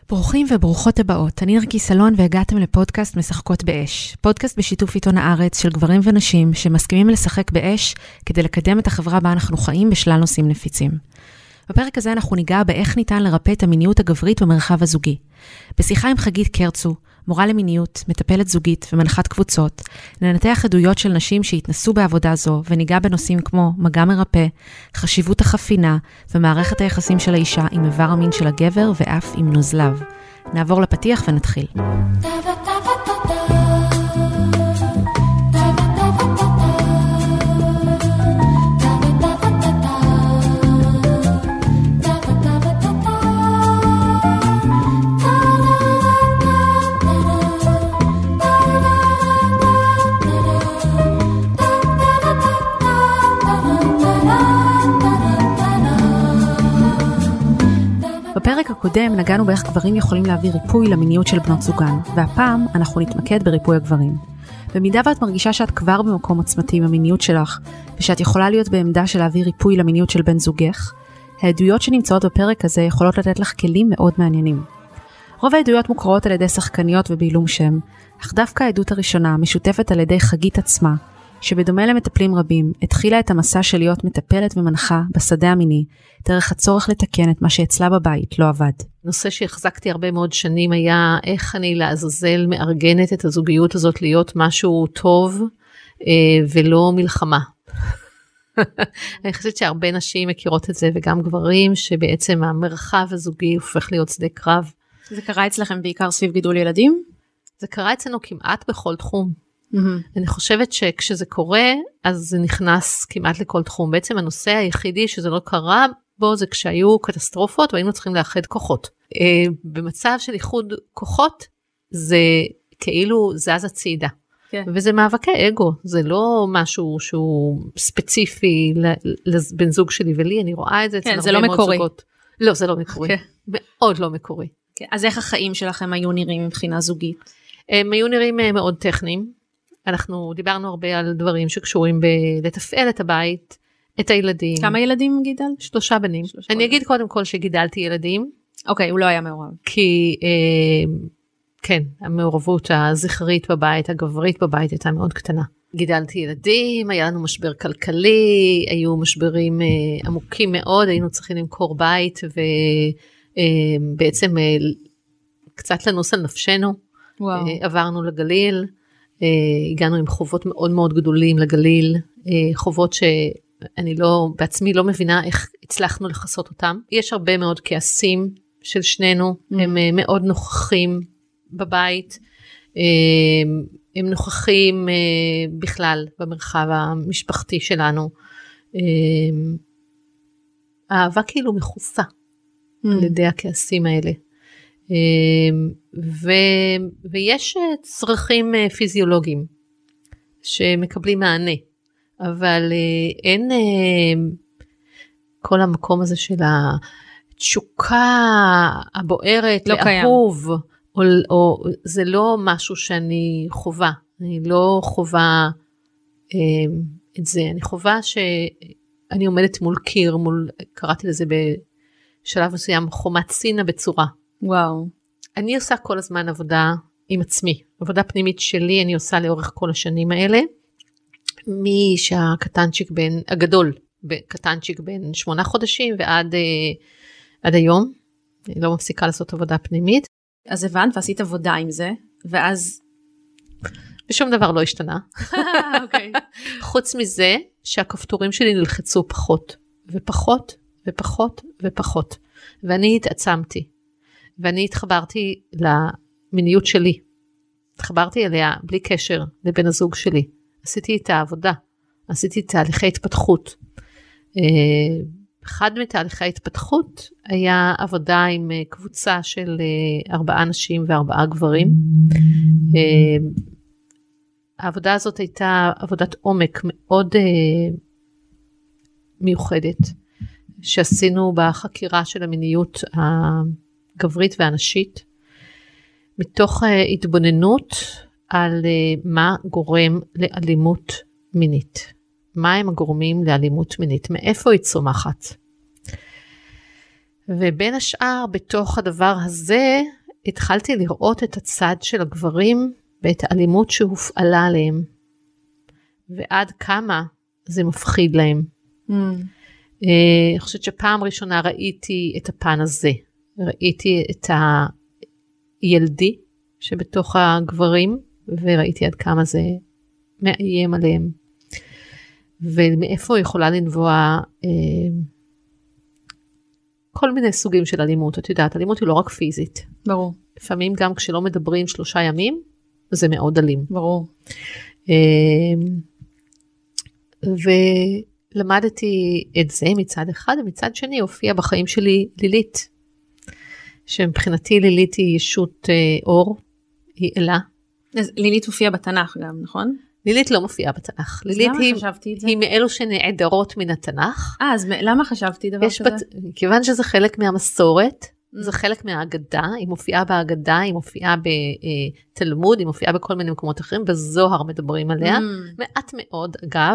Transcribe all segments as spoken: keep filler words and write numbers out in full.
ברוכים וברוכות הבאות, אני נרקיס אלון והגעתם לפודקאסט משחקות באש. פודקאסט בשיתוף עיתון הארץ של גברים ונשים שמסכימים לשחק באש כדי לקדם את החברה בה אנחנו חיים בשלל נושאים נפיצים. בפרק הזה אנחנו ניגע באיך ניתן לרפא את המיניות הגברית במרחב הזוגי. בשיחה עם חגית קרצו, מורה למיניות, מטפלת זוגית ומנחת קבוצות, ננתח עדויות של נשים שהתנסו בעבודה זו וניגע בנושאים כמו מגע מרפא, חשיבות החפינה ומערכת היחסים של האישה עם איבר המין של הגבר ואף עם נוזליו. נעבור לפתיח ונתחיל. בפרק הקודם נגענו באיך גברים יכולים להביא ריפוי למיניות של בנות זוגן, והפעם אנחנו נתמקד בריפוי הגברים. במידה ואת מרגישה שאת כבר במקום עוצמתי עם המיניות שלך, ושאת יכולה להיות בעמדה של להביא ריפוי למיניות של בן זוגך, העדויות שנמצאות בפרק הזה יכולות לתת לך כלים מאוד מעניינים. רוב העדויות מוכרות על ידי שחקניות ובעילום שם, אך דווקא העדות הראשונה משותפת על ידי חגית עצמה, שבדומה למטפלים רבים, התחילה את המסע של להיות מטפלת ומנחה בשדה המיני, דרך הצורך לתקן את מה שאצלה בבית לא עבד. נושא שהחזקתי הרבה מאוד שנים היה איך אני לעזאזל מארגנת את הזוגיות הזאת להיות משהו טוב אה, ולא מלחמה. אני חושבת שהרבה נשים מכירות את זה וגם גברים שבעצם המרחב הזוגי הופך להיות שדה קרב. זה קרה אצלכם בעיקר סביב גידול ילדים? זה קרה אצלנו כמעט בכל תחום. Mm-hmm. אני חושבת שכשזה קורה, אז זה נכנס כמעט לכל תחום. בעצם הנושא היחידי שזה לא קרה בו, זה כשהיו קטסטרופות, והיינו צריכים לאחד כוחות. Uh, במצב של איחוד כוחות, זה כאילו זז הצידה. כן. וזה מאבקי אגו, זה לא משהו שהוא ספציפי לבן זוג שלי ולי, אני רואה את זה אצל כן, הרבה לא מאוד מקורי. זוגות. לא, זה לא מקורי. Okay. מאוד לא מקורי. Okay. אז איך החיים שלכם היו נראים מבחינה זוגית? הם היו נראים מאוד טכניים. אנחנו דיברנו הרבה על דברים שקשורים בלתפעל את הבית, את הילדים. כמה ילדים גידל? שלושה בנים. שלושה אני בנים. אגיד קודם כל שגידלתי ילדים. אוקיי, הוא לא היה מעורב. כי, אה, כן, המעורבות הזכרית בבית, הגברית בבית הייתה מאוד קטנה. גידלתי ילדים, היה לנו משבר כלכלי, היו משברים אה, עמוקים מאוד, היינו צריכים למכור בית, ובעצם אה, אה, קצת לנוס על נפשנו. וואו. אה, עברנו לגליל. Uh, הגענו עם חובות מאוד מאוד גדולים לגליל, uh, חובות שאני לא, בעצמי לא מבינה איך הצלחנו לחסות אותם. יש הרבה מאוד כעסים של שנינו, mm. הם uh, מאוד נוכחים בבית, uh, הם נוכחים uh, בכלל במרחב המשפחתי שלנו. Uh, האהבה כאילו מכוסה mm. על ידי הכעסים האלה. ו, ויש צרכים פיזיולוגיים שמקבלים מענה, אבל אין כל המקום הזה של התשוקה הבוערת, לא לאהוב, או, או, זה לא משהו שאני חובה, אני לא חובה את זה, אני חובה שאני עומדת מול קיר, מול, קראתי לזה בשלב מסוים, חומת סינה בצורה. וואו. אני עושה כל הזמן עבודה עם עצמי, עבודה פנימית שלי אני עושה לאורך כל השנים האלה, משהקטנצ'יק בין, הגדול, קטנצ'יק בין שמונה חודשים ועד עד היום, אני לא מפסיקה לעשות עבודה פנימית. אז הבנת ועשית עבודה עם זה, ואז... ושום דבר לא השתנה. אוקיי. חוץ מזה שהכפתורים שלי נלחצו פחות, ופחות, ופחות, ופחות. ואני התעצמתי. ואני התחברתי למיניות שלי, התחברתי אליה בלי קשר לבן הזוג שלי, עשיתי את העבודה, עשיתי תהליכי התפתחות. אחד מתהליכי ההתפתחות היה עבודה עם קבוצה של ארבעה נשים וארבעה גברים. העבודה הזאת הייתה עבודת עומק מאוד מיוחדת, שעשינו בחקירה של המיניות הגברית והנשית, מתוך התבוננות על מה גורם לאלימות מינית. מה הם הגורמים לאלימות מינית? מאיפה היא צומחת? ובין השאר, בתוך הדבר הזה, התחלתי לראות את הצד של הגברים, ואת האלימות שהופעלה עליהם, ועד כמה זה מפחיד להם. Mm. אני חושבת שפעם ראשונה ראיתי את הפן הזה, ראיתי את הילדי שבתוך הגברים, וראיתי עד כמה זה מאיים עליהם, ומאיפה יכולה לנבוע אה, כל מיני סוגים של אלימות. את יודעת, אלימות היא לא רק פיזית. ברור. לפעמים גם כשלא מדברים שלושה ימים, זה מאוד אלים. ברור. אה, ולמדתי את זה מצד אחד, ומצד שני הופיע בחיים שלי לילית, שמבחינתי לילית היא ישות אה, אור, היא אלה. אז לילית הופיעה בתנ"ך גם, נכון? לילית לא מופיעה בתנ"ך. לילית היא, היא מאלו שנעדרות מן התנ"ך. אה, אז למה חשבתי דבר כזה? בת... כיוון שזה חלק מהמסורת, mm. זה חלק מהאגדה, היא מופיעה באגדה, היא מופיעה בתלמוד, היא מופיעה בכל מיני מקומות אחרים, בזוהר מדברים עליה, mm. מעט מאוד אגב.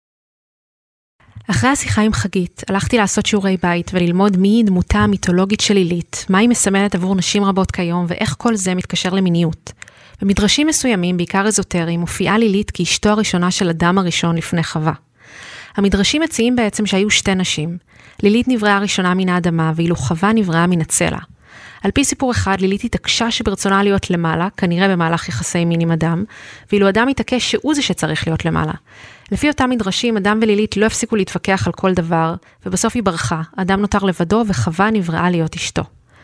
אחרי השיחה עם חגית, הלכתי לעשות שיעורי בית וללמוד מי דמותה המיתולוגית של לילית, מה היא מסמלת עבור נשים רבות כיום, ואיך כל זה מתקשר למיניות. במדרשים מסוימים, בעיקר אזוטריים, מופיעה לילית כאשתו הראשונה של אדם הראשון לפני חווה. המדרשים מציעים בעצם שהיו שתי נשים. לילית נבראה ראשונה מן האדמה, ואילו חווה נבראה מן הצלע. על פי סיפור אחד, לילית התעקשה שברצונה להיות למעלה, כנראה במהלך יחסי מין עם אדם, ואילו אדם התעקש שהוא זה שצריך להיות למעלה. לפי אותם מדרשים, אדם ולילית לא הפסיקו להתווכח על כל דבר, ובסוף היא ברחה, אדם נותר לבדו, וחווה נבראה להיות אשתו.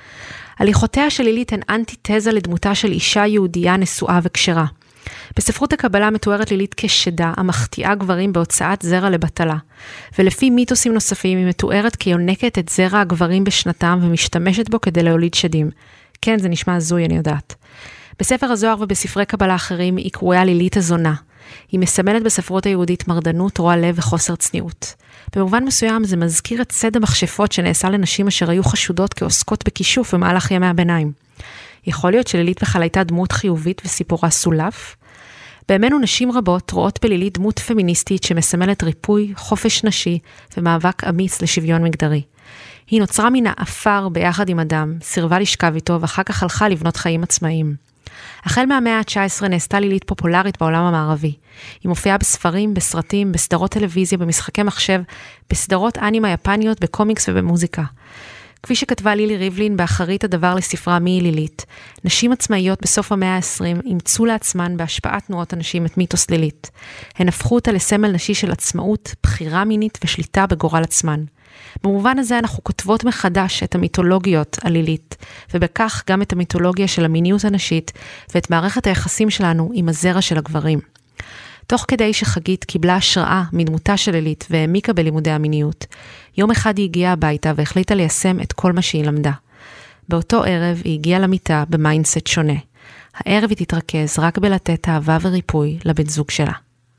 הליכותיה של לילית הן אנטיתזה לדמותה של אישה יהודייה נשואה וקשרה. בספרות הקבלה מתוארת לילית כשדה, המחטיאה גברים בהוצאת זרע לבטלה, ולפי מיתוסים נוספים היא מתוארת כיונקת את זרע הגברים בשנתם ומשתמשת בו כדי להוליד שדים. כן, זה נשמע הזוי, אני יודעת. בספר הזוהר ובספרי קבלה אחרים היא קרויה לילית הזונה. היא מסמלת בספרות היהודית מרדנות, רוע לב וחוסר צניעות. במובן מסוים זה מזכיר את צד המכשפות שנעשה לנשים אשר היו חשודות כעוסקות בכישוף במהלך ימי הביניים. יכול להיות שלילית בכלל הייתה דמות חיובית וסיפורה סולף? בימינו נשים רבות רואות בלילית דמות פמיניסטית שמסמלת ריפוי, חופש נשי ומאבק אמיץ לשוויון מגדרי. היא נוצרה מן האפר ביחד עם אדם, סירבה לשכב איתו ואחר כך הלכה לבנות חיים עצמאיים. החל מהמאה ה-תשע עשרה נעשתה לילית פופולרית בעולם המערבי. היא מופיעה בספרים, בסרטים, בסדרות טלוויזיה, במשחקי מחשב, בסדרות אנימה יפניות, בקומיקס ובמוזיקה. כפי שכתבה לילי ריבלין באחרית הדבר לספרה מי היא לילית, נשים עצמאיות בסוף המאה ה-עשרים אימצו לעצמן בהשפעת תנועות הנשים את מיתוס לילית. הן הפכו אותה לסמל נשי של עצמאות, בחירה מינית ושליטה בגורל עצמן. במובן הזה אנחנו כותבות מחדש את המיתולוגיות על לילית, ובכך גם את המיתולוגיה של המיניות הנשית, ואת מערכת היחסים שלנו עם הזרע של הגברים. תוך כדי שחגית קיבלה השראה מדמותה של לילית והעמיקה בלימודי המיניות, יום אחד היא הגיעה הביתה והחליטה ליישם את כל מה שהיא למדה. באותו ערב היא הגיעה למיטה במיינדסט שונה. הערב היא תתרכז רק בלתת אהבה וריפוי לבן זוג שלה.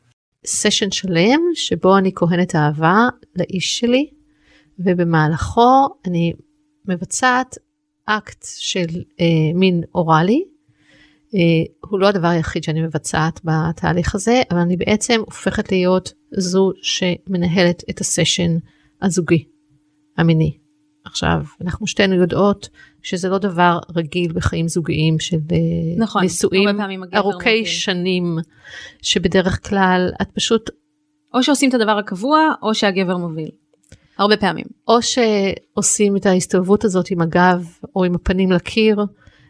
סשן שלם שבו אני כהנת אהבה לאיש שלי, ובמהלכו אני מבצעת אקט של אה, מין אורלי. אה, הוא לא הדבר היחיד שאני מבצעת בתהליך הזה, אבל אני בעצם הופכת להיות זו שמנהלת את הסשן הזוגי, המיני. עכשיו, אנחנו שתינו יודעות שזה לא דבר רגיל בחיים זוגיים של נכון, נישואים ארוכי מוביל. שנים, שבדרך כלל את פשוט... או שעושים את הדבר הקבוע, או שהגבר מוביל. הרבה פעמים. או שעושים את ההסתובבות הזאת עם הגב, או עם הפנים לקיר,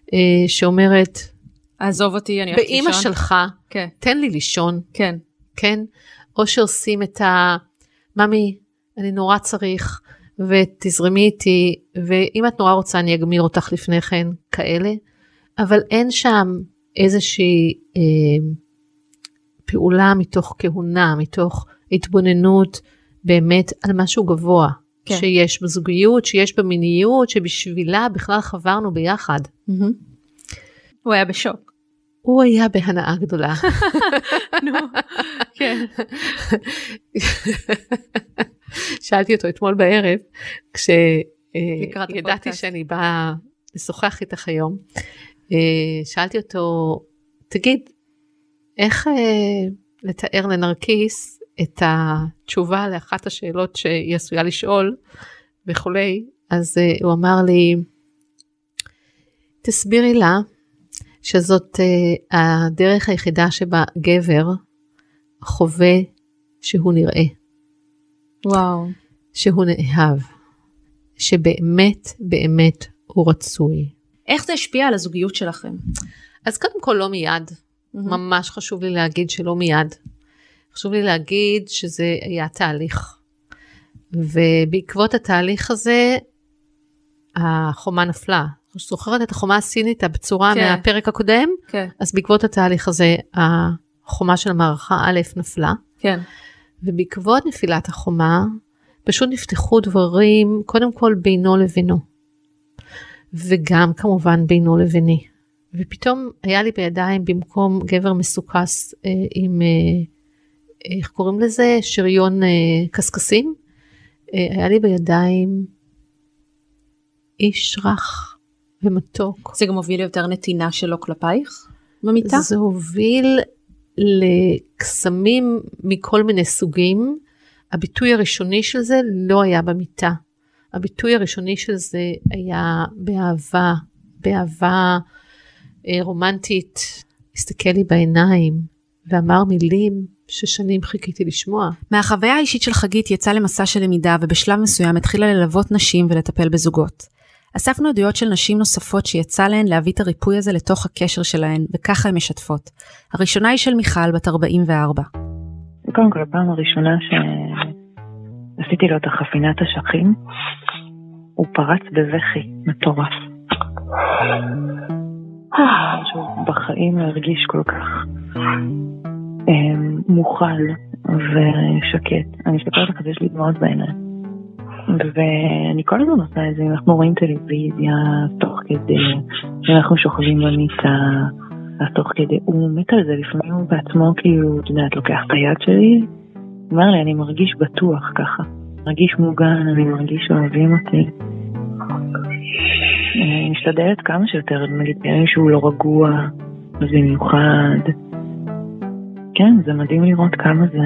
שאומרת, עזוב אותי, אני הולכת לישון. באמא שלך, כן. תן לי לישון. כן. כן. או שעושים את ה... ממי, אני נורא צריך, ותזרמי איתי, ואם את נורא רוצה, אני אגמיר אותך לפני כן, כאלה. אבל אין שם איזושהי אה, פעולה מתוך כהונה, מתוך התבוננות, באמת על משהו גבוה, כן. שיש בזוגיות, שיש במיניות, שבשבילה בכלל חברנו ביחד. Mm-hmm. הוא היה בשוק. הוא היה בהנאה גדולה. נו, כן. שאלתי אותו אתמול בערב, כשידעתי שאני באה לשוחח איתך היום, שאלתי אותו, תגיד, איך לתאר לנרקיס את התשובה לאחת השאלות שהיא עשויה לשאול וכולי, אז הוא אמר לי, תסבירי לה שזאת uh, הדרך היחידה שבה גבר חווה שהוא נראה. וואו. שהוא נאהב. שבאמת, באמת הוא רצוי. איך זה השפיע על הזוגיות שלכם? אז קודם כל לא מיד. Mm-hmm. ממש חשוב לי להגיד שלא מיד. חשוב לי להגיד שזה היה תהליך. ובעקבות התהליך הזה, החומה נפלה. זוכרת את החומה הסינית בצורה כן. מהפרק הקודם? כן. אז בעקבות התהליך הזה, החומה של המערכה א' נפלה. כן. ובעקבות נפילת החומה, פשוט נפתחו דברים, קודם כל בינו לבינו. וגם כמובן בינו לביני. ופתאום היה לי בידיים, במקום גבר מסוכס אה, עם, אה, איך קוראים לזה? שריון אה, קסקסים. אה, היה לי בידיים איש רך ומתוק. זה גם הוביל יותר נתינה שלו כלפייך במיטה? זה הוביל לקסמים מכל מיני סוגים. הביטוי הראשוני של זה לא היה במיטה. הביטוי הראשוני של זה היה באהבה, באהבה אה, רומנטית. הסתכל לי בעיניים ואמר מילים ששנים חיכיתי לשמוע. מהחוויה האישית של חגית יצא למסע של למידה ובשלב מסוים התחילה ללוות נשים ולטפל בזוגות. אספנו עדויות של נשים נוספות שיצא להן להביא את הריפוי הזה לתוך הקשר שלהן, וככה הן משתפות. הראשונה היא של מיכל, בת ארבעים וארבע. קודם כל, הפעם הראשונה שעשיתי לו את החפינת השכים, הוא פרץ בבכי מטורף. שהוא בחיים הרגיש כל כך מוכל ושקט. אני אספר לך, יש לי דמעות בעיניים. ואני כל הזמן עושה את זה, אנחנו רואים טלוויזיה תוך כדי, אנחנו שוכבים במיטה, אז תוך כדי, הוא מת על זה, לפעמים הוא בעצמו כאילו, אתה יודעת, לוקח את היד שלי, אומר לי, אני מרגיש בטוח ככה, מרגיש מוגן, אני מרגיש שאוהבים אותי. אני משתדלת כמה שיותר, נגיד, שהוא לא רגוע, אז במיוחד. כן, זה מדהים לראות כמה זה...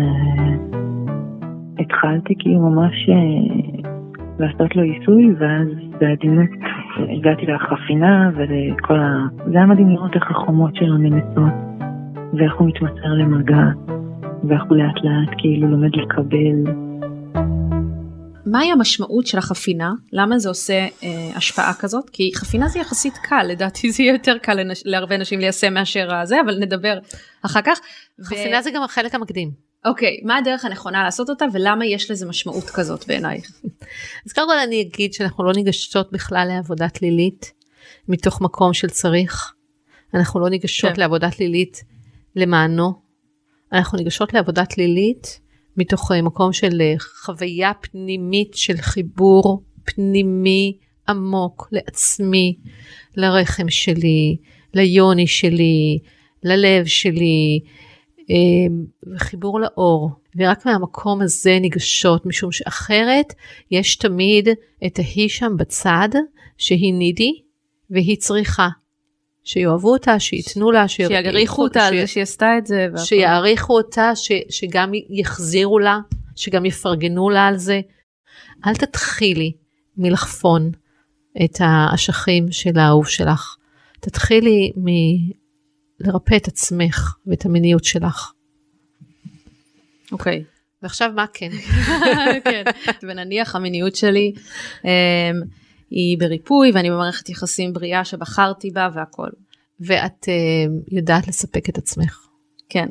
התחלתי כאילו ממש לעשות לו עיסוי, ואז בעדינות הגעתי לחפינה ולכל ה... זה היה מדהים לראות איך החומות שלו נמצאות, ואיך הוא מתמצר למגע, ואיך הוא לאט לאט כאילו לומד לקבל. מהי המשמעות של החפינה? למה זה עושה אה, השפעה כזאת? כי חפינה זה יחסית קל, לדעתי זה יהיה יותר קל לנש... להרבה נשים ליישם מאשר הזה, אבל נדבר אחר כך. חפינה ו... זה גם החלק המקדים. אוקיי, מה הדרך הנכונה לעשות אותה, ולמה יש לזה משמעות כזאת בעינייך? אז קודם כל אני אגיד שאנחנו לא ניגשות בכלל לעבודת לילית, מתוך מקום של צריך. אנחנו לא ניגשות כן. לעבודת לילית למענו. אנחנו ניגשות לעבודת לילית, מתוך מקום של חוויה פנימית של חיבור פנימי עמוק לעצמי, לרחם שלי, ליוני שלי, ללב שלי, וחיבור לאור. ורק מהמקום הזה ניגשות, משום שאחרת יש תמיד את ההיא שם בצד, שהיא נידי והיא צריכה. שיאהבו אותה, שיתנו לה, שיעריכו אותה על זה שהיא עשתה את זה. שיעריכו אותה, ש, שגם יחזירו לה, שגם יפרגנו לה על זה. אל תתחילי מלחפון את האשכים של האהוב שלך. תתחילי מלרפא את עצמך ואת המיניות שלך. אוקיי. ועכשיו מה כן? כן. ונניח המיניות שלי היא בריפוי, ואני במערכת יחסים בריאה שבחרתי בה והכל. ואת יודעת לספק את עצמך. כן.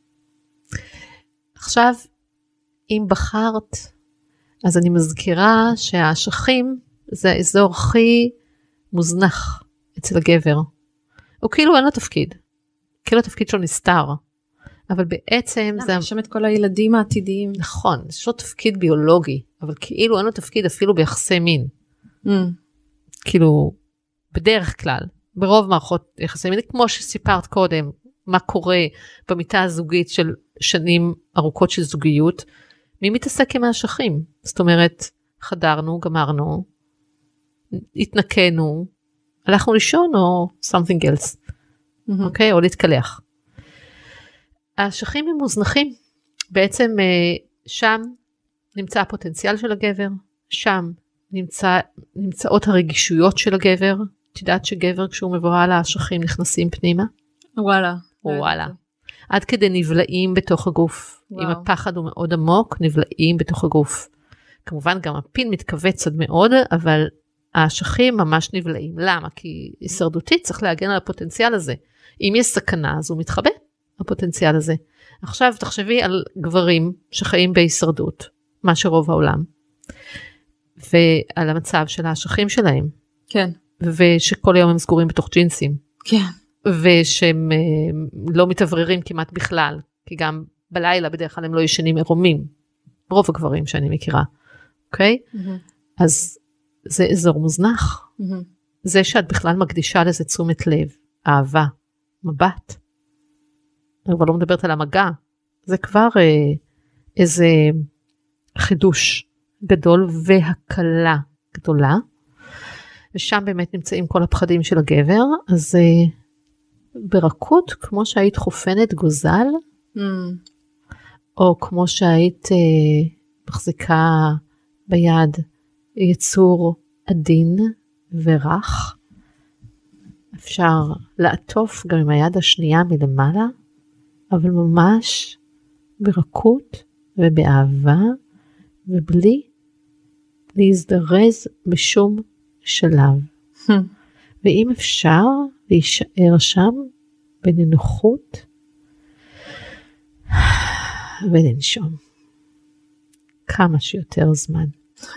עכשיו, אם בחרת, אז אני מזכירה שהאשכים זה האזור הכי מוזנח אצל הגבר. הוא כאילו אין לו תפקיד. כאילו התפקיד שלו נסתר. אבל בעצם זה... יש שם את כל הילדים העתידיים. נכון, יש לו תפקיד ביולוגי, אבל כאילו אין לו תפקיד אפילו ביחסי מין. Mm. כאילו, בדרך כלל, ברוב מערכות יחסי מין, כמו שסיפרת קודם, מה קורה במיטה הזוגית של שנים ארוכות של זוגיות, מי מתעסק עם האשכים? זאת אומרת, חדרנו, גמרנו, התנקנו, הלכנו לישון או something else, אוקיי? Mm-hmm. Okay? או להתקלח. האשכים הם מוזנחים, בעצם שם נמצא הפוטנציאל של הגבר, שם נמצא, נמצאות הרגישויות של הגבר, את יודעת שגבר כשהוא מבוהל האשכים נכנסים פנימה? וואלה. וואלה. עד כדי נבלעים בתוך הגוף. וואו. אם הפחד הוא מאוד עמוק, נבלעים בתוך הגוף. כמובן גם הפין מתכווץ עד מאוד, אבל האשכים ממש נבלעים. למה? כי הישרדותית צריך להגן על הפוטנציאל הזה. אם יש סכנה, אז הוא מתחבא, הפוטנציאל הזה. עכשיו תחשבי על גברים שחיים בהישרדות, מה שרוב העולם, ועל המצב של האשכים שלהם. כן. ושכל היום הם סגורים בתוך ג'ינסים. כן. ושהם לא מתעבררים כמעט בכלל, כי גם בלילה בדרך כלל הם לא ישנים עירומים, רוב הגברים שאני מכירה, אוקיי? Mm-hmm. אז זה אזור מוזנח. Mm-hmm. זה שאת בכלל מקדישה לזה תשומת לב, אהבה, מבט. אני כבר לא מדברת על המגע, זה כבר אה, איזה חידוש גדול והקלה גדולה, ושם באמת נמצאים כל הפחדים של הגבר, אז אה, ברכות, כמו שהיית חופנת גוזל, mm. או כמו שהיית אה, מחזיקה ביד יצור עדין ורח, אפשר לעטוף גם עם היד השנייה מלמעלה, אבל ממש ברכות ובאהבה, ובלי להזדרז בשום שלב. Hmm. ואם אפשר להישאר שם בנינוחות ולנשום כמה שיותר זמן.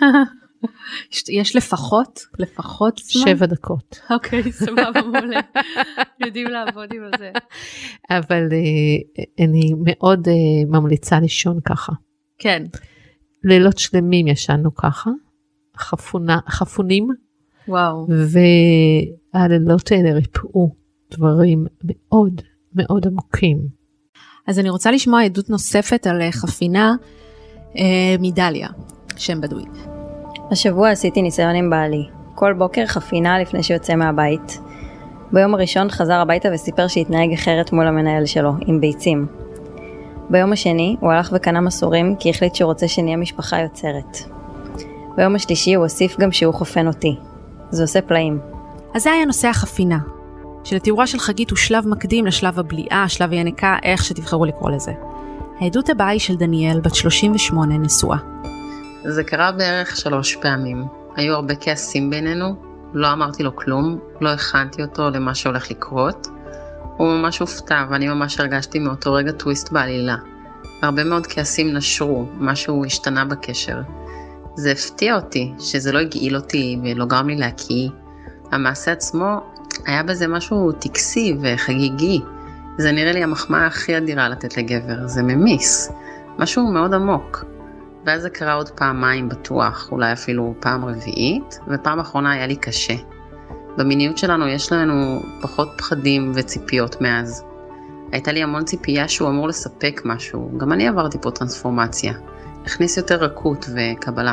יש לפחות, לפחות זמן? שבע דקות. אוקיי, סבבה, מעולה. יודעים לעבוד עם זה. אבל אני מאוד ממליצה לישון ככה. כן. לילות שלמים ישנו ככה, חפונה, חפונים. וואו. והלילות האלה ריפאו דברים מאוד מאוד עמוקים. אז אני רוצה לשמוע עדות נוספת על חפינה אה, מדליה, שם בדואי. השבוע עשיתי ניסיון עם בעלי. כל בוקר חפינה לפני שיוצא מהבית. ביום הראשון חזר הביתה וסיפר שהתנהג אחרת מול המנהל שלו, עם ביצים. ביום השני הוא הלך וקנה מסורים כי החליט שהוא רוצה שנהיה משפחה יוצרת. ביום השלישי הוא הוסיף גם שהוא חופן אותי. זה עושה פלאים. אז זה היה נושא החפינה, שלתיאורה של חגית הוא שלב מקדים לשלב הבליעה, שלב הינקה, איך שתבחרו לקרוא לזה. העדות הבאה היא של דניאל, בת שלושים ושמונה, נשואה. זה קרה בערך שלוש פעמים. היו הרבה כעסים בינינו, לא אמרתי לו כלום, לא הכנתי אותו למה שהולך לקרות. הוא ממש הופתע ואני ממש הרגשתי מאותו רגע טוויסט בעלילה. הרבה מאוד כעסים נשרו, משהו השתנה בקשר. זה הפתיע אותי, שזה לא הגעיל אותי ולא גרם לי להקיא. המעשה עצמו היה בזה משהו טקסי וחגיגי. זה נראה לי המחמאה הכי אדירה לתת לגבר, זה ממיס. משהו מאוד עמוק. ואז זה קרה עוד פעמיים בטוח, אולי אפילו פעם רביעית, ופעם אחרונה היה לי קשה. במיניות שלנו יש לנו פחות פחדים וציפיות מאז. הייתה לי המון ציפייה שהוא אמור לספק משהו, גם אני עברתי פה טרנספורמציה. הכניס יותר רכות וקבלה.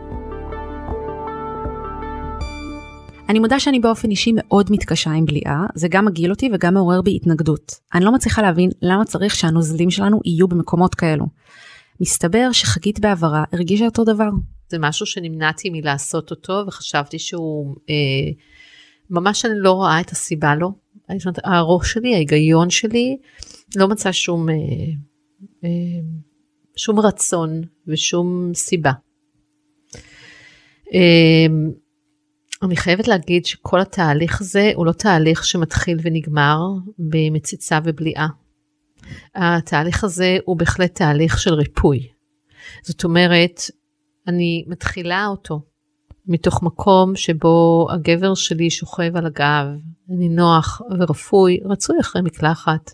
אני מודה שאני באופן אישי מאוד מתקשה עם בליעה, זה גם מגיל אותי וגם מעורר בי התנגדות. אני לא מצליחה להבין למה צריך שהנוזלים שלנו יהיו במקומות כאלו. מסתבר שחגית בעברה הרגישה אותו דבר. זה משהו שנמנעתי מלעשות אותו, וחשבתי שהוא, אה, ממש אני לא רואה את הסיבה לו. הראש שלי, ההיגיון שלי, לא מצא שום, אה, אה, שום רצון ושום סיבה. אה, אני חייבת להגיד שכל התהליך הזה, הוא לא תהליך שמתחיל ונגמר במציצה ובליעה. התהליך הזה הוא בהחלט תהליך של ריפוי. זאת אומרת, אני מתחילה אותו מתוך מקום שבו הגבר שלי שוכב על הגב, אני נוח ורפוי, רצוי אחרי מקלחת.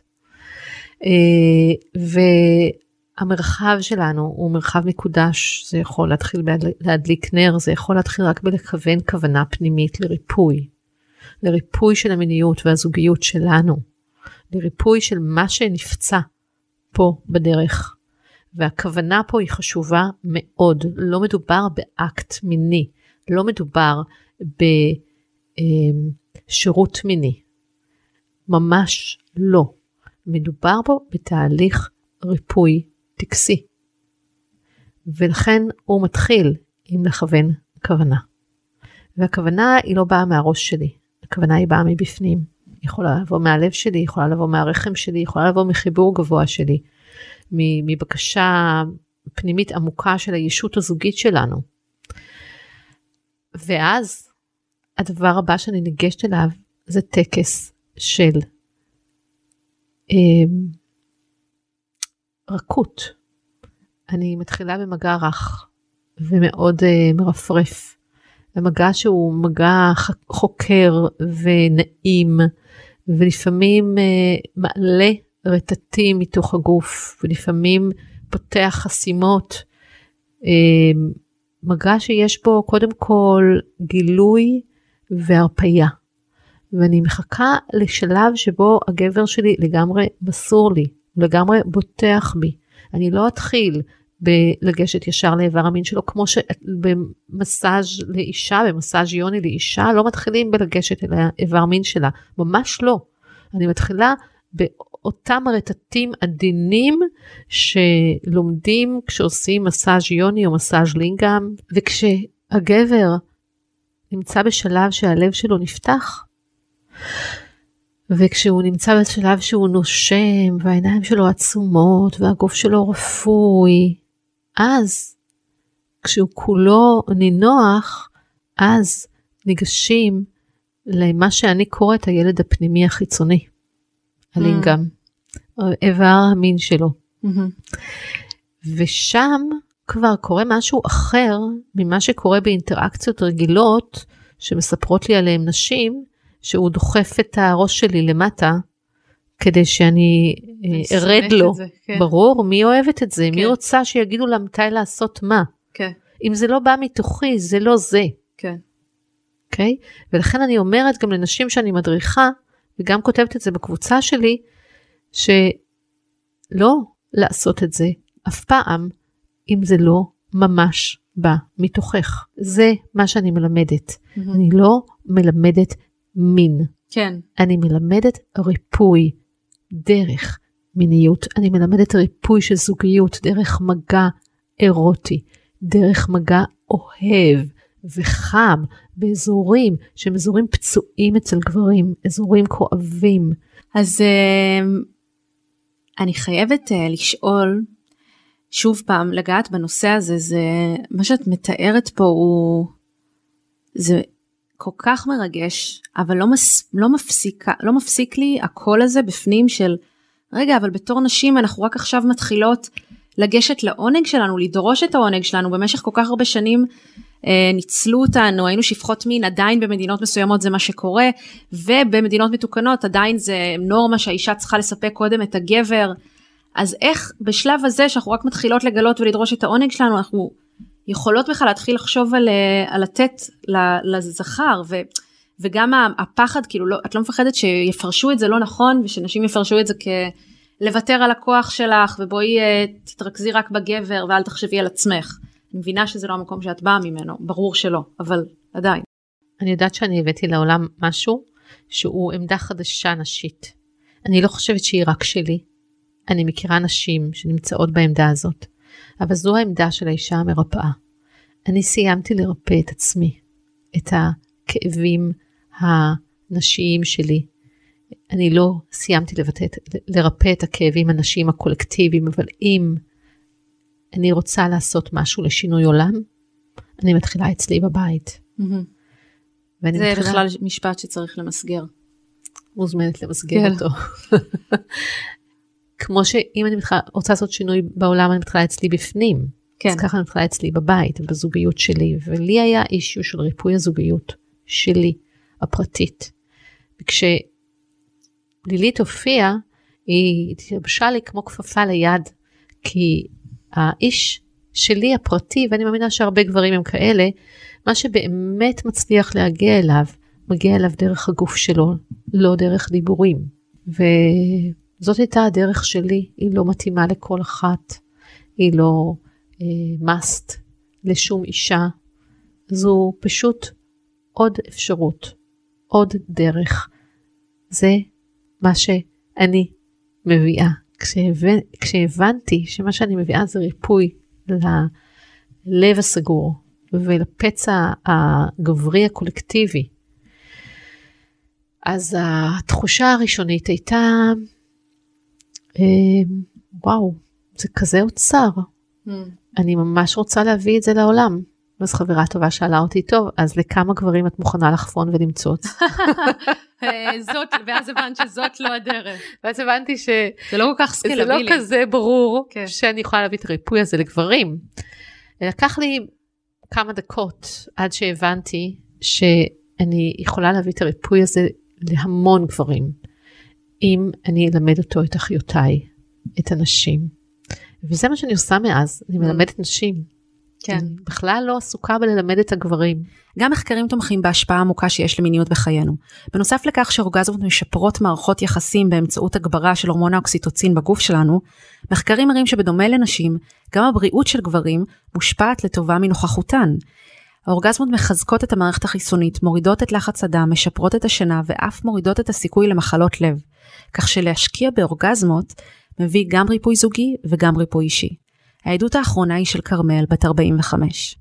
והמרחב שלנו הוא מרחב מקודש, זה יכול להתחיל להדליק נר, זה יכול להתחיל רק בלכוון כוונה פנימית לריפוי, לריפוי של המיניות והזוגיות שלנו, לריפוי של מה שנפצע פה בדרך. והכוונה פה היא חשובה מאוד. לא מדובר באקט מיני, לא מדובר בשירות מיני. ממש לא. מדובר פה בתהליך ריפוי טקסי. ולכן הוא מתחיל עם לכוון כוונה. והכוונה היא לא באה מהראש שלי. הכוונה היא באה מבפנים. היא יכולה לבוא מהלב שלי, היא יכולה לבוא מהרחם שלי, היא יכולה לבוא מחיבור גבוה שלי, מבקשה פנימית עמוקה של הישות הזוגית שלנו. ואז הדבר הבא שאני ניגשת אליו, זה טקס של אה, רכות. אני מתחילה במגע רך ומאוד אה, מרפרף. במגע שהוא מגע חוקר ונעים, ולפעמים אה, מעלה רטטים מתוך הגוף, ולפעמים פותח חסימות. אה, מגע שיש בו קודם כל גילוי והרפיה. ואני מחכה לשלב שבו הגבר שלי לגמרי מסור לי, לגמרי בוטח בי. אני לא אתחיל בלגשת ישר לאיבר המין שלו, כמו שבמסאז' לאישה, במסאז' יוני לאישה, לא מתחילים בלגשת אל האיבר מין שלה. ממש לא. אני מתחילה באותם רטטים עדינים שלומדים כשעושים מסאז' יוני או מסאז' לינגאם, וכשהגבר נמצא בשלב שהלב שלו נפתח, וכשהוא נמצא בשלב שהוא נושם, והעיניים שלו עצומות, והגוף שלו רפוי, אז כשהוא כולו נינוח, אז ניגשים למה שאני קוראת הילד הפנימי החיצוני, הלינגאם, איבר המין שלו. ושם כבר קורה משהו אחר ממה שקורה באינטראקציות רגילות, שמספרות לי עליהם נשים, שהוא דוחף את הראש שלי למטה, כדי שאני ארד לו. כן. ברור, מי אוהבת את זה? כן. מי רוצה שיגידו לה מתי לעשות מה? כן. אם זה לא בא מתוכי, זה לא זה. כן. אוקיי? ולכן אני אומרת גם לנשים שאני מדריכה, וגם כותבת את זה בקבוצה שלי, שלא לעשות את זה אף פעם, אם זה לא ממש בא מתוכך. זה מה שאני מלמדת. Mm-hmm. אני לא מלמדת מין. כן. אני מלמדת ריפוי דרך מיניות. אני מלמדת ריפוי של זוגיות, דרך מגע אירוטי, דרך מגע אוהב וחם, באזורים שהם אזורים פצועים אצל גברים, אזורים כואבים. אז אני חייבת לשאול, שוב פעם, לגעת בנושא הזה, זה, מה שאת מתארת פה הוא, זה כל כך מרגש, אבל לא, מס, לא, מפסיק, לא מפסיק לי הקול הזה בפנים של, רגע, אבל בתור נשים אנחנו רק עכשיו מתחילות לגשת לעונג שלנו, לדרוש את העונג שלנו, במשך כל כך הרבה שנים אה, ניצלו אותנו, היינו שפחות מין, עדיין במדינות מסוימות זה מה שקורה, ובמדינות מתוקנות עדיין זה נורמה שהאישה צריכה לספק קודם את הגבר, אז איך בשלב הזה שאנחנו רק מתחילות לגלות ולדרוש את העונג שלנו, אנחנו יכולות בכלל להתחיל לחשוב על, על לתת לזכר, ו, וגם הפחד, כאילו לא, את לא מפחדת שיפרשו את זה לא נכון, ושנשים יפרשו את זה כלוותר על הכוח שלך, ובואי תתרכזי רק בגבר, ואל תחשבי על עצמך. אני מבינה שזה לא המקום שאת באה ממנו, ברור שלא, אבל עדיין. אני יודעת שאני הבאתי לעולם משהו, שהוא עמדה חדשה נשית. אני לא חושבת שהיא רק שלי. אני מכירה נשים שנמצאות בעמדה הזאת, אבל זו העמדה של האישה המרפאה. אני סיימתי לרפא את עצמי, את הכאבים הנשיים שלי. אני לא סיימתי לבטא, לרפא את הכאבים הנשיים הקולקטיביים, אבל אם אני רוצה לעשות משהו לשינוי עולם, אני מתחילה אצלי בבית. Mm-hmm. ואני זה מתחילה... בכלל משפט שצריך למסגר. מוזמנת למסגר כן. אותו. כמו שאם אני מתחילה, רוצה לעשות שינוי בעולם, אני מתחילה אצלי בפנים. כן. אז ככה אני מתחילה אצלי בבית, בזוגיות שלי. ולי היה אישיו של ריפוי הזוגיות שלי, הפרטית. וכשלילית הופיעה, היא התייבשה לי כמו כפפה ליד, כי האיש שלי הפרטי, ואני מאמינה שהרבה גברים הם כאלה, מה שבאמת מצליח להגיע אליו, מגיע אליו דרך הגוף שלו, לא דרך דיבורים. וזאת הייתה הדרך שלי, היא לא מתאימה לכל אחת, היא לא אה, must לשום אישה, זו פשוט עוד אפשרות, עוד דרך. זה מה שאני מביאה. כשהבנ... כשהבנתי שמה שאני מביאה זה ריפוי ללב הסגור ולפצע הגברי הקולקטיבי, אז התחושה הראשונית הייתה, וואו, זה כזה אוצר. Mm. אני ממש רוצה להביא את זה לעולם. אז חברה טובה שאלה אותי, טוב, אז לכמה גברים את מוכנה לחפון ולמצוץ? זאת, ואז הבנת שזאת לא הדרך. ואז הבנתי ש... זה לא כל כך סקלבילי. זה לא כזה ברור okay. שאני יכולה להביא את הריפוי הזה לגברים. לקח לי כמה דקות עד שהבנתי שאני יכולה להביא את הריפוי הזה להמון גברים, אם אני אלמד אותו את אחיותיי, את הנשים. וזה מה שאני עושה מאז, אני מלמדת נשים. כן. אני בכלל לא עסוקה בללמד את הגברים. גם מחקרים תומכים בהשפעה עמוקה שיש למיניות בחיינו. בנוסף לכך שאורגזמות משפרות מערכות יחסים באמצעות הגברה של הורמון האוקסיטוצין בגוף שלנו, מחקרים מראים שבדומה לנשים, גם הבריאות של גברים מושפעת לטובה מנוכחותן. האורגזמות מחזקות את המערכת החיסונית, מורידות את לחץ הדם, משפרות את השינה ואף מורידות את הסיכוי למחלות לב. כך שלהשקיע באורגזמות מביא גם ריפוי זוגי וגם ריפוי אישי. העדות האחרונה היא של קרמל, בת ארבעים וחמש.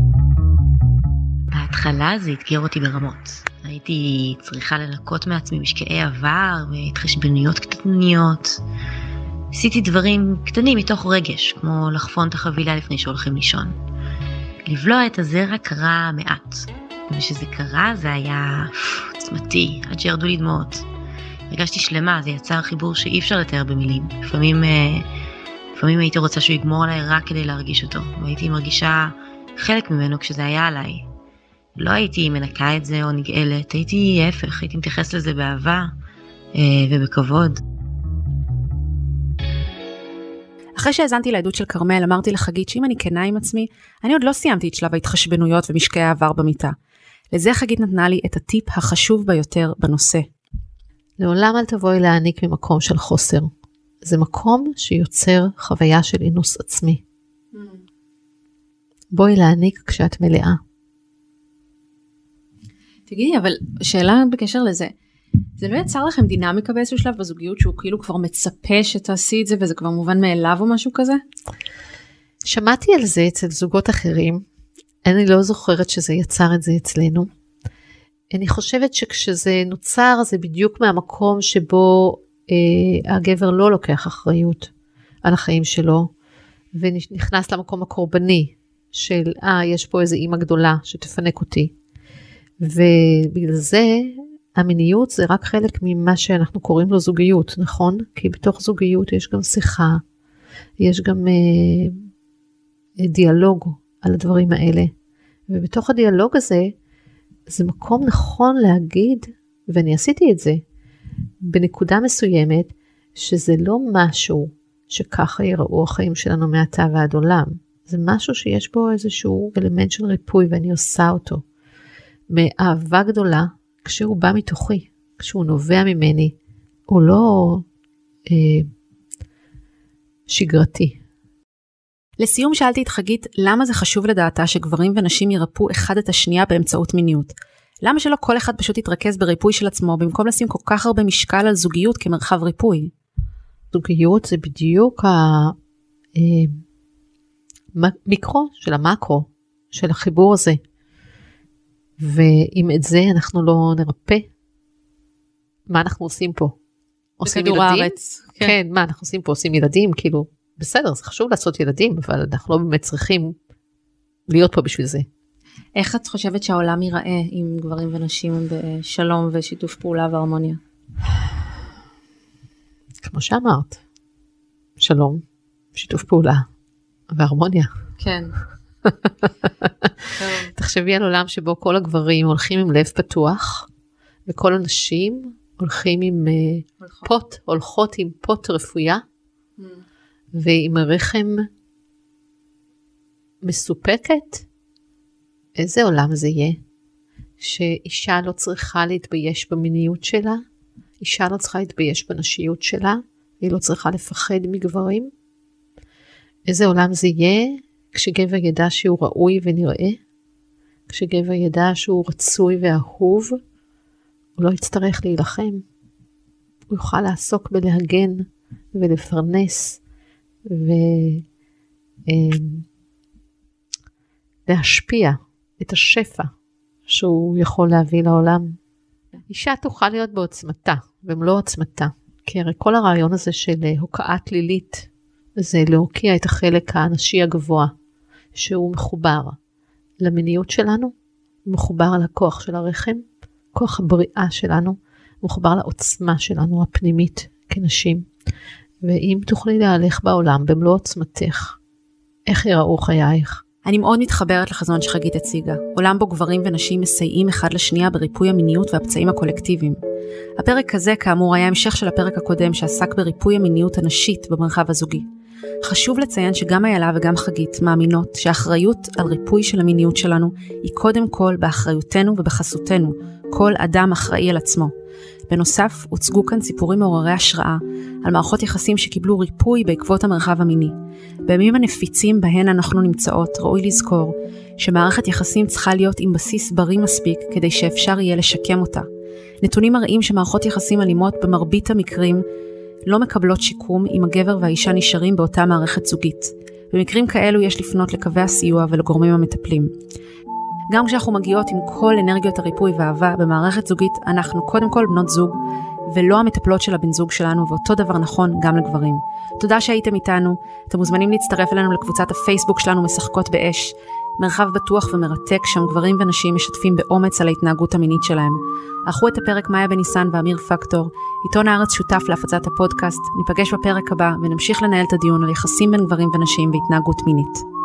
בהתחלה זה התגיר אותי ברמות. הייתי צריכה לנקות מעצמי משקעי עבר והתחשבנויות קטניות. עשיתי דברים קטנים מתוך רגש, כמו לחפון את החבילה לפני שהולכים לישון. לבלוע את הזרע קרה מעט. וכשזה קרה זה היה עוצמתי, עד שירדו לי דמעות. הרגשתי שלמה, זה יצר חיבור שאי אפשר לתאר במילים. לפעמים... לפעמים הייתי רוצה שהוא יגמור עליי רק כדי להרגיש אותו, והייתי מרגישה חלק ממנו כשזה היה עליי. לא הייתי מנקה את זה או נגאלת, הייתי ההפך, הייתי מתייחס לזה באהבה אה, ובכבוד. אחרי שהזנתי לעדות של קרמל, אמרתי לחגית שאם אני כנה עם עצמי, אני עוד לא סיימתי את שלב ההתחשבנויות ומשקעי העבר במיטה. לזה חגית נתנה לי את הטיפ החשוב ביותר בנושא. לעולם אל תבואי להעניק ממקום של חוסר. זה מקום שיוצר חוויה של אינוס עצמי. Mm. בואי להעניק כשאת מלאה. תגידי, אבל שאלה בקשר לזה, זה לא יצר לכם דינמיקה באיזשהו שלב בזוגיות, שהוא כאילו כבר מצפה שתעשי את זה, וזה כבר מובן מאליו או משהו כזה? שמעתי על זה אצל זוגות אחרים, אני לא זוכרת שזה יצר את זה אצלנו. אני חושבת שכשזה נוצר, זה בדיוק מהמקום שבו, Uh, הגבר לא לוקח אחריות על החיים שלו, ונכנס למקום הקורבני של, אה, יש פה איזו אימא גדולה שתפנק אותי. ובגלל זה, המיניות זה רק חלק ממה שאנחנו קוראים לו זוגיות, נכון? כי בתוך זוגיות יש גם שיחה, יש גם uh, דיאלוג על הדברים האלה. ובתוך הדיאלוג הזה, זה מקום נכון להגיד, ואני עשיתי את זה, בנקודה מסוימת, שזה לא משהו שככה יראו החיים שלנו מעתה ועד עולם. זה משהו שיש בו איזשהו אלמנט של ריפוי, ואני עושה אותו. מאהבה גדולה, כשהוא בא מתוכי, כשהוא נובע ממני, הוא לא אה, שגרתי. לסיום שאלתי את חגית, למה זה חשוב לדעתה שגברים ונשים ירפו אחד את השנייה באמצעות מיניות? למה שלא כל אחד פשוט יתרכז בריפוי של עצמו, במקום לשים כל כך הרבה משקל על זוגיות כמרחב ריפוי? זוגיות זה בדיוק המיקרו של המקרו, של החיבור הזה. ואם את זה אנחנו לא נרפא, מה אנחנו עושים פה? עושים ילדים? הארץ. כן. כן, מה אנחנו עושים פה? עושים ילדים? כאילו, בסדר, זה חשוב לעשות ילדים, אבל אנחנו לא באמת צריכים להיות פה בשביל זה. איך את חושבת שהעולם ייראה עם גברים ונשים בשלום ושיתוף פעולה והרמוניה? כמו שאמרת, שלום, שיתוף פעולה והרמוניה. כן. תחשבי על עולם שבו כל הגברים הולכים עם לב פתוח, וכל הנשים הולכים עם פוט, הולכות עם פוט רפויה, ועם הרחם מסופקת. איזה עולם זה יהיה? שאישה לא צריכה להתבייש במיניות שלה, אישה לא צריכה להתבייש בנשיות שלה, היא לא צריכה לפחד מגברים. איזה עולם זה יהיה כשגבר ידע שהוא ראוי ונראה, כשגבר ידע שהוא רצוי ואהוב, הוא לא יצטרך להילחם, הוא יוכל לעסוק בלהגן ולפרנס ולהשפיע את השפע שהוא יכול להביא לעולם. אישה תוכל להיות בעוצמתה, במלוא עוצמתה. כי הרי כל הרעיון הזה של הוקעת לילית, זה להוקיע את החלק האנשי הגבוה, שהוא מחובר למיניות שלנו, מחובר לכוח של הרחם, כוח הבריאה שלנו, מחובר לעוצמה שלנו הפנימית כנשים. ואם תוכלי להלך בעולם במלוא עוצמתך, איך יראו חייך? אני מאוד מתחברת לחזון שחגית הציגה, עולם בו גברים ונשים מסייעים אחד לשנייה בריפוי המיניות והפצעים הקולקטיביים. הפרק הזה כאמור היה המשך של הפרק הקודם שעסק בריפוי המיניות הנשית במרחב הזוגי. חשוב לציין שגם איילה וגם חגית מאמינות שהאחריות על ריפוי של המיניות שלנו היא קודם כל באחריותנו ובחסותנו, כל אדם אחראי על עצמו. בנוסף, הוצגו כאן סיפורים מעוררי השראה על מערכות יחסים שקיבלו ריפוי בעקבות המרחב המיני. בימים הנפיצים בהן אנחנו נמצאות, ראוי לזכור שמערכת יחסים צריכה להיות עם בסיס בריא מספיק כדי שאפשר יהיה לשקם אותה. נתונים מראים שמערכות יחסים אלימות במרבית המקרים לא מקבלות שיקום אם הגבר והאישה נשארים באותה מערכת זוגית. במקרים כאלו יש לפנות לקווי הסיוע ולגורמים המטפלים. גם כשאנחנו מגיעות עם כל אנרגיות הריפוי והאהבה במערכת זוגית, אנחנו קודם כל בנות זוג, ולא המטפלות של הבן זוג שלנו, ואותו דבר נכון גם לגברים. תודה שהייתם איתנו, אתם מוזמנים להצטרף אלינו לקבוצת הפייסבוק שלנו משחקות באש, מרחב בטוח ומרתק, שם גברים ונשים משתפים באומץ על ההתנהגות המינית שלהם. ערכו את הפרק מאיה בניסן ואמיר פקטור, עיתון הארץ שותף להפצת הפודקאסט, ניפגש בפרק הבא ונמשיך לנהל את הדיון על יחסים בין גברים ונשים והתנהגות מינית.